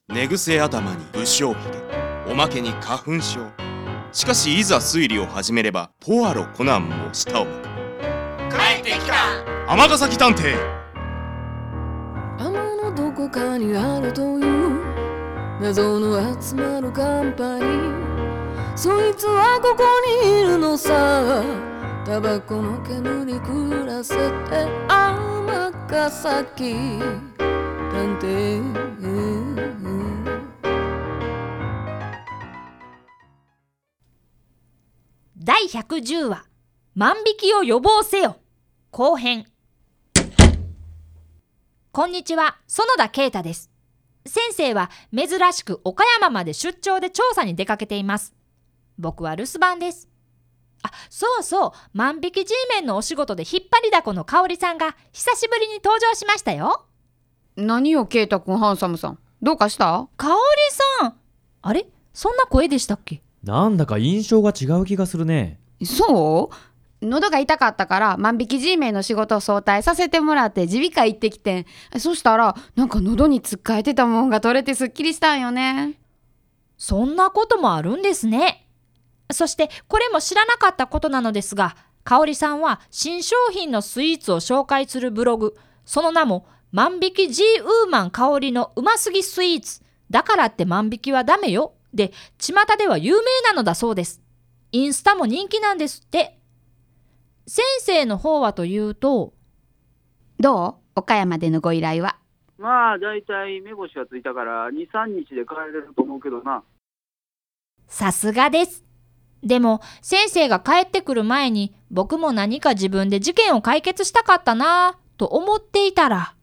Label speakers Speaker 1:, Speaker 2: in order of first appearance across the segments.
Speaker 1: 寝癖頭に不祥髭、おまけに花粉症。しかしいざ推理を始めればポアロコナンも舌を巻く。
Speaker 2: 帰ってきた
Speaker 1: 尼崎探偵。
Speaker 3: 天のどこかにあるという謎の集まるカンパニー、そいつはここにいるのさ。タバコの煙暮らせて尼崎探偵。
Speaker 4: 第110話万引きを予防せよ後編。こんにちは、園田啓太です。先生は珍しく岡山まで出張で調査に出かけています。僕は留守番です。そうそう、万引き G メンのお仕事で引っ張りだこの香織さんが久しぶりに登場しましたよ。
Speaker 5: 何よ啓太くん、ハンサムさん、どうかした？
Speaker 4: 香織さん、あれ、そんな声でしたっけ？
Speaker 6: なんだか印象が違う気がするね。
Speaker 5: そう？喉が痛かったから万引き G メンの仕事を早退させてもらって耳鼻科行ってきてん。そしたらなんか喉につっかえてたもんが取れてすっきりしたんよね。
Speaker 4: そんなこともあるんですね。そしてこれも知らなかったことなのですが、香織さんは新商品のスイーツを紹介するブログ、その名も万引き G ウーマン香織のうますぎスイーツだからって万引きはダメよで巷では有名なのだそうです。インスタも人気なんですって。先生の方はというと、
Speaker 5: どう？岡山でのご依頼は。
Speaker 7: まあだいたい目星がついたから2、3日で帰れると思うけどな。
Speaker 4: さすがです。でも先生が帰ってくる前に僕も何か自分で事件を解決したかったなぁと思っていたら、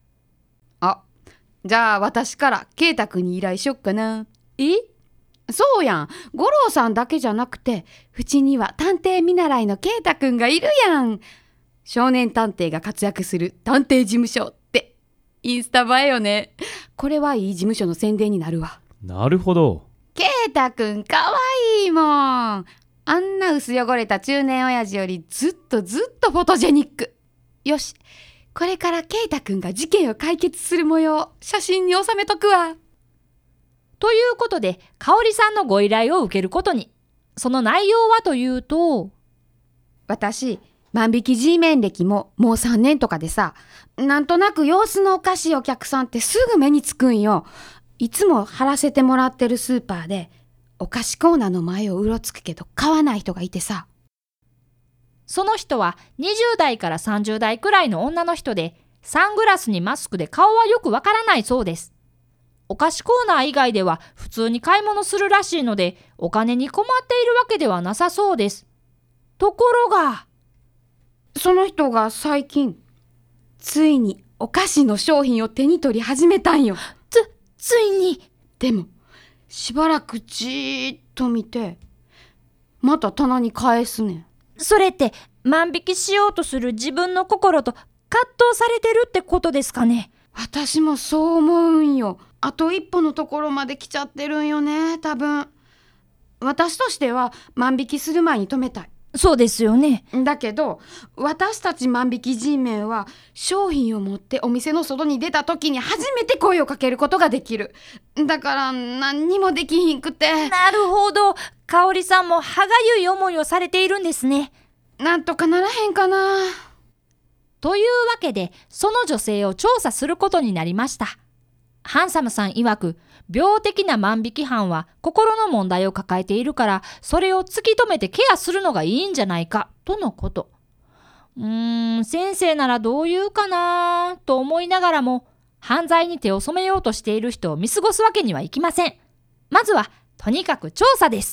Speaker 5: じゃあ私から啓太くんに依頼しよっかな。
Speaker 4: え？
Speaker 5: そうやん、五郎さんだけじゃなくてうちには探偵見習いの啓太くんがいるやん。少年探偵が活躍する探偵事務所ってインスタ映えよね。これはいい事務所の宣伝になるわ。
Speaker 6: なるほど。
Speaker 5: 啓太くんかわいいもん。あんな薄汚れた中年親父よりずっとフォトジェニック。よし、これから啓太くんが事件を解決する模様写真に収めとくわ。
Speaker 4: ということで香織さんのご依頼を受けることに。その内容はというと、
Speaker 5: 私万引き G メン歴もう3年とかでさ、なんとなく様子のおかしいお客さんってすぐ目につくんよ。いつも貼らせてもらってるスーパーでお菓子コーナーの前をうろつくけど買わない人がいてさ。
Speaker 4: その人は20代から30代くらいの女の人で、サングラスにマスクで顔はよくわからないそうです。お菓子コーナー以外では普通に買い物するらしいので、お金に困っているわけではなさそうです。ところが、
Speaker 5: その人が最近ついにお菓子の商品を手に取り始めたんよ。
Speaker 4: ついに。
Speaker 5: でもしばらくじーっと見てまた棚に返すねん。
Speaker 4: それって万引きしようとする自分の心と葛藤されてるってことですかね。
Speaker 5: 私もそう思うんよ。あと一歩のところまで来ちゃってるんよね、多分。私としては万引きする前に止めたい。
Speaker 4: そうですよね。
Speaker 5: だけど私たち万引き G メンは商品を持ってお店の外に出た時に初めて声をかけることができる。だから何にもできひんくて。
Speaker 4: なるほど、香織さんも歯がゆい思いをされているんですね。
Speaker 5: なんとかならへんかな。
Speaker 4: というわけでその女性を調査することになりました。ハンサムさん曰く、病的な万引き犯は心の問題を抱えているから、それを突き止めてケアするのがいいんじゃないかとのこと。先生ならどう言うかなと思いながらも、犯罪に手を染めようとしている人を見過ごすわけにはいきません。まずはとにかく調査です。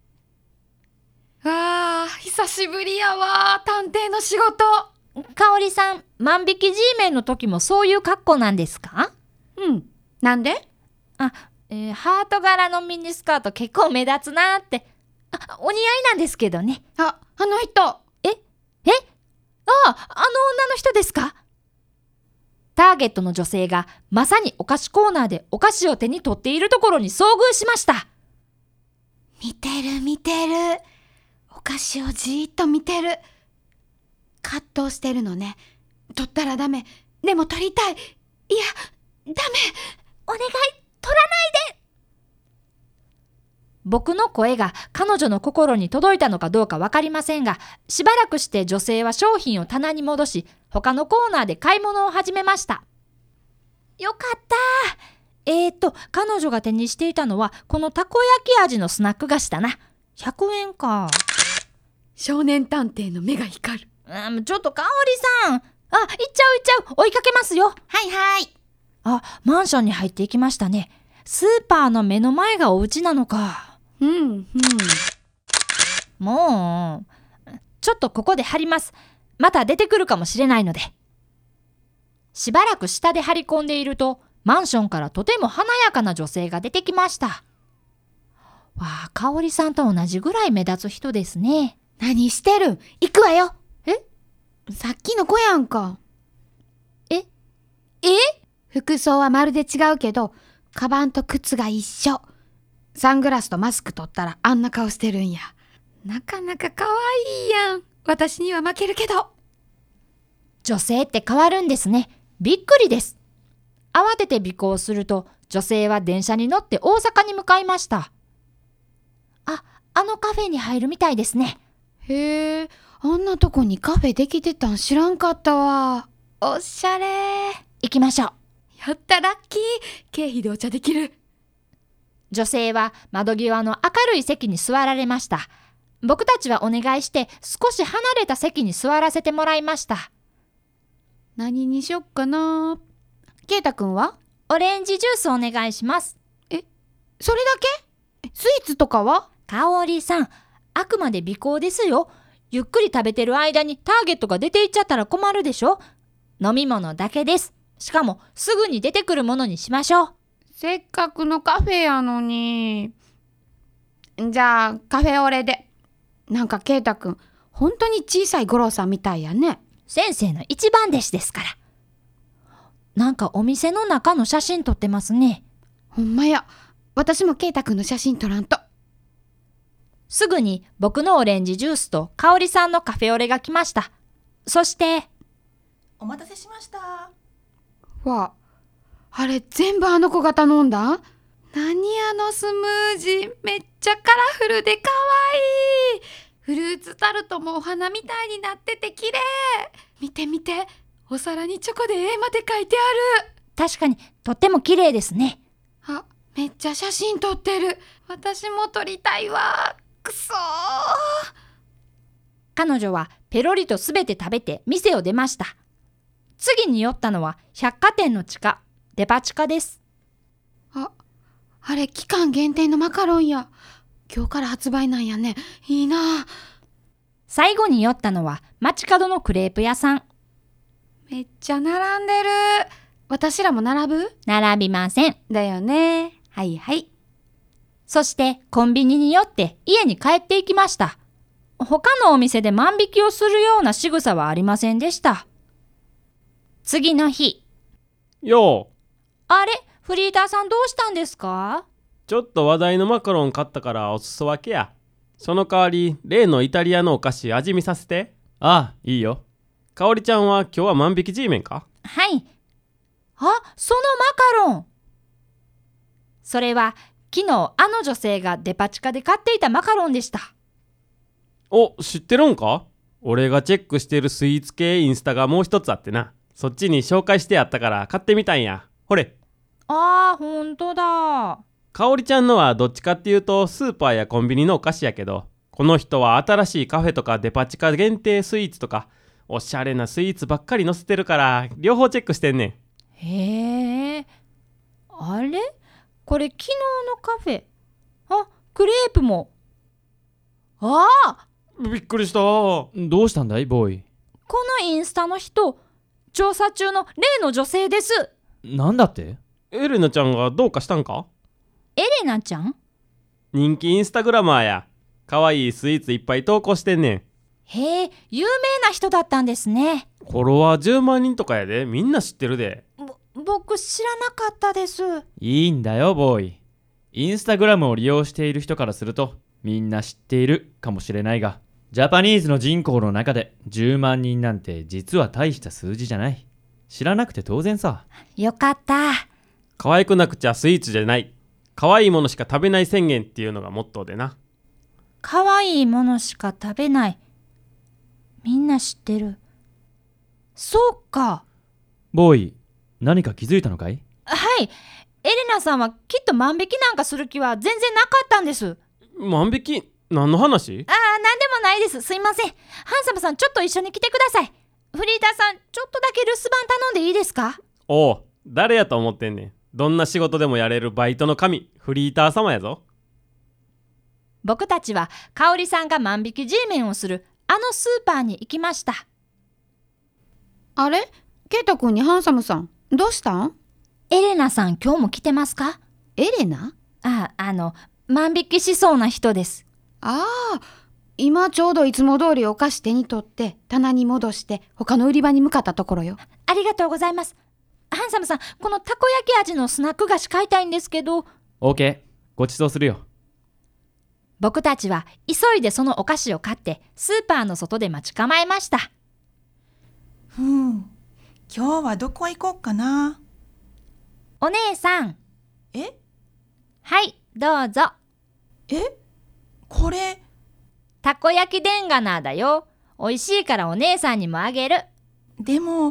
Speaker 5: 久しぶりやわ、探偵の仕事。
Speaker 4: 香織さん、万引き G メンの時もそういう格好なんですか？
Speaker 5: なんで？
Speaker 4: ハート柄のミニスカート結構目立つなーって。お似合いなんですけどね。
Speaker 5: あの人。
Speaker 4: あの女の人ですか？ターゲットの女性がまさにお菓子コーナーでお菓子を手に取っているところに遭遇しました。
Speaker 5: 見てる。お菓子をじーっと見てる。葛藤してるのね。取ったらダメ。でも取りたい。いや、ダメ。
Speaker 4: お願い、取らな僕の声が彼女の心に届いたのかどうかわかりませんが、しばらくして女性は商品を棚に戻し、他のコーナーで買い物を始めました。よかった。彼女が手にしていたのはこのたこ焼き味のスナック菓子だな。100円か。
Speaker 5: 少年探偵の目が光る。
Speaker 4: ちょっと香織さん。行っちゃう。追いかけますよ。
Speaker 2: はいはい。
Speaker 4: マンションに入っていきましたね。スーパーの目の前がお家なのか。もう、ちょっとここで張ります。また出てくるかもしれないので。しばらく下で張り込んでいると、マンションからとても華やかな女性が出てきました。わあ、香織さんと同じぐらい目立つ人ですね。
Speaker 5: 何してるん？行くわよ。さっきの子やんか。服装はまるで違うけど、カバンと靴が一緒。サングラスとマスク取ったらあんな顔してるんや。なかなか可愛いやん。私には負けるけど。
Speaker 4: 女性って変わるんですね。びっくりです。慌てて尾行すると、女性は電車に乗って大阪に向かいました。あのカフェに入るみたいですね。
Speaker 5: へえ、あんなとこにカフェできてたん知らんかったわ。おしゃれ。
Speaker 4: 行きましょう。
Speaker 5: やったラッキー。経費でお茶できる。
Speaker 4: 女性は窓際の明るい席に座られました。僕たちはお願いして少し離れた席に座らせてもらいました。
Speaker 5: 何にしよっかな。ケイタくんは？
Speaker 4: オレンジジュースお願いします。
Speaker 5: それだけ？スイーツとかは？
Speaker 4: 香織さん、あくまで尾行ですよ。ゆっくり食べてる間にターゲットが出ていっちゃったら困るでしょ。飲み物だけです。しかもすぐに出てくるものにしましょう。
Speaker 5: せっかくのカフェやのに。じゃあカフェオレで。なんかケイタくん、本当に小さい五郎さんみたいやね。
Speaker 4: 先生の一番弟子ですから。なんかお店の中の写真撮ってますね。
Speaker 5: ほんまや。私もケイタくんの写真撮らんと。
Speaker 4: すぐに僕のオレンジジュースと香織さんのカフェオレが来ました。そして、
Speaker 2: お待たせしました。
Speaker 5: わあれ全部あの子が頼んだ？何あのスムージー、めっちゃカラフルでかわいい。フルーツタルトもお花みたいになってて綺麗。見て見て、お皿にチョコで絵まで描いてある。
Speaker 4: 確かにとっても綺麗ですね。
Speaker 5: めっちゃ写真撮ってる。私も撮りたいわ。くそー。
Speaker 4: 彼女はペロリとすべて食べて店を出ました。次に寄ったのは百貨店の地下、デパ地下です。
Speaker 5: あれ期間限定のマカロンや。今日から発売なんやね。いいな。
Speaker 4: 最後に寄ったのは街角のクレープ屋さん。
Speaker 5: めっちゃ並んでる。私らも並ぶ？
Speaker 4: 並びません。
Speaker 5: だよね。はいはい。
Speaker 4: そしてコンビニに寄って家に帰っていきました。他のお店で万引きをするような仕草はありませんでした。次の日。
Speaker 8: よう。
Speaker 4: あれ？フリーターさんどうしたんですか？
Speaker 8: ちょっと話題のマカロン買ったからお裾分けや。その代わり例のイタリアのお菓子味見させて。
Speaker 6: ああ、いいよ。
Speaker 8: かおりちゃんは今日は万引き G メンか？
Speaker 4: はい。そのマカロン。それは昨日あの女性がデパ地下で買っていたマカロンでした。
Speaker 8: お、知ってるんか？俺がチェックしてるスイーツ系インスタがもう一つあってな。そっちに紹介してあったから買ってみたんや。ほれ。
Speaker 4: ほんとだ。
Speaker 8: かおりちゃんのはどっちかっていうとスーパーやコンビニのお菓子やけど、この人は新しいカフェとかデパ地下限定スイーツとかおしゃれなスイーツばっかり載せてるから両方チェックしてんねん。
Speaker 4: へえ。あれ？これ昨日のカフェ。クレープも。
Speaker 8: びっくりした。
Speaker 6: どうしたんだいボーイ？
Speaker 4: このインスタの人、調査中の例の女性です。
Speaker 6: なんだって？
Speaker 8: エレナちゃんがどうかしたんか？
Speaker 4: エレナちゃん？
Speaker 8: 人気インスタグラマーや。かわいいスイーツいっぱい投稿してんねん。
Speaker 4: へえ、有名な人だったんですね。
Speaker 8: フォロワー10万人とかやで。みんな知ってるで。
Speaker 4: 僕知らなかったです。
Speaker 6: いいんだよボーイ。インスタグラムを利用している人からするとみんな知っているかもしれないが、ジャパニーズの人口の中で10万人なんて実は大した数字じゃない。知らなくて当然さ。
Speaker 4: よかった。
Speaker 8: 可愛くなくちゃスイーツじゃない。 可愛いものしか食べない宣言っていうのがモットーでな。
Speaker 4: 可愛いものしか食べない。みんな知ってる。そうか。
Speaker 6: ボーイ、何か気づいたのかい？
Speaker 4: はい。エレナさんはきっと万引きなんかする気は全然なかったんです。
Speaker 8: 万引き？何の話？
Speaker 4: なんでもないです。すいません。ハンサムさん、ちょっと一緒に来てください。フリーターさん、ちょっとだけ留守番頼んでいいですか？
Speaker 8: おう、誰やと思ってんねん。どんな仕事でもやれるバイトの神、フリーター様やぞ。
Speaker 4: 僕たちは香織さんが万引き G メンをするあのスーパーに行きました。
Speaker 5: あれ、ケイタ君にハンサムさん、どうしたん？
Speaker 4: エレナさん、今日も来てますか？
Speaker 5: エレナ？
Speaker 4: 万引きしそうな人です。
Speaker 5: ああ、今ちょうどいつも通りお菓子手に取って棚に戻して他の売り場に向かったところよ。
Speaker 4: ありがとうございます。ハンサムさん、このたこ焼き味のスナック菓子買いたいんですけど。
Speaker 6: OK、ご馳走するよ。
Speaker 4: 僕たちは急いでそのお菓子を買ってスーパーの外で待ち構えました。
Speaker 2: 今日はどこ行こうかな。
Speaker 4: お姉さん。
Speaker 2: え？
Speaker 4: はい、どうぞ。
Speaker 2: これ。
Speaker 4: たこ焼きでんがなだよ。おいしいからお姉さんにもあげる。
Speaker 2: でも、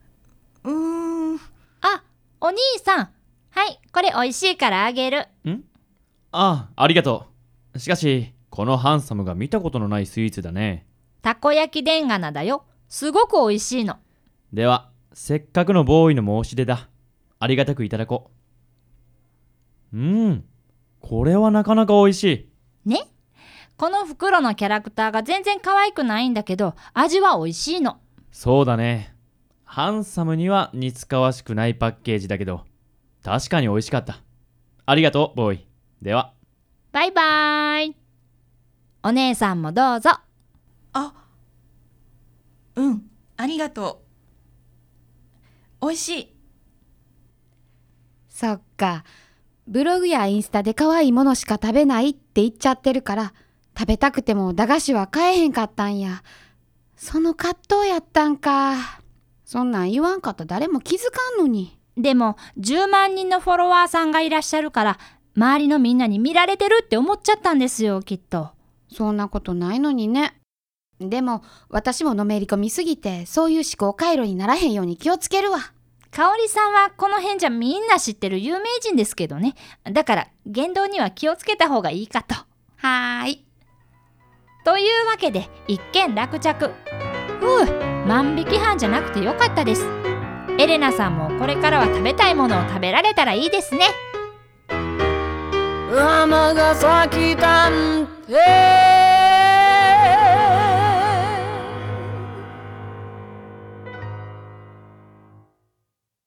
Speaker 4: あ、お兄さん。はい、これおいしいからあげる。
Speaker 6: ありがとう。しかし、このハンサムが見たことのないスイーツだね。
Speaker 4: たこ焼きでんがなだよ。すごくおいしいの。
Speaker 6: では、せっかくのボーイの申し出だ。ありがたくいただこう。これはなかなかおいしい。
Speaker 4: ね？この袋のキャラクターが全然可愛くないんだけど、味はおいしいの。
Speaker 6: そうだね。ハンサムには似つかわしくないパッケージだけど、確かにおいしかった。ありがとう、ボーイ。では。
Speaker 4: バイバーイ。お姉さんもどうぞ。
Speaker 2: ありがとう。おいしい。
Speaker 5: そっか。ブログやインスタで可愛いものしか食べないって言っちゃってるから、食べたくても駄菓子は買えへんかったんや。その葛藤やったんか。そんなん言わんかったら誰も気づかんのに。
Speaker 4: でも10万人のフォロワーさんがいらっしゃるから、周りのみんなに見られてるって思っちゃったんですよ、きっと。
Speaker 5: そんなことないのにね。でも私ものめり込みすぎて、そういう思考回路にならへんように気をつけるわ。
Speaker 4: 香織さんはこの辺じゃみんな知ってる有名人ですけどね。だから言動には気をつけた方がいいかと。
Speaker 5: はーい。
Speaker 4: というわけで一件落着。万引き犯じゃなくてよかったです。エレナさんもこれからは食べたいものを食べられたらいいですね。
Speaker 3: 尼崎探偵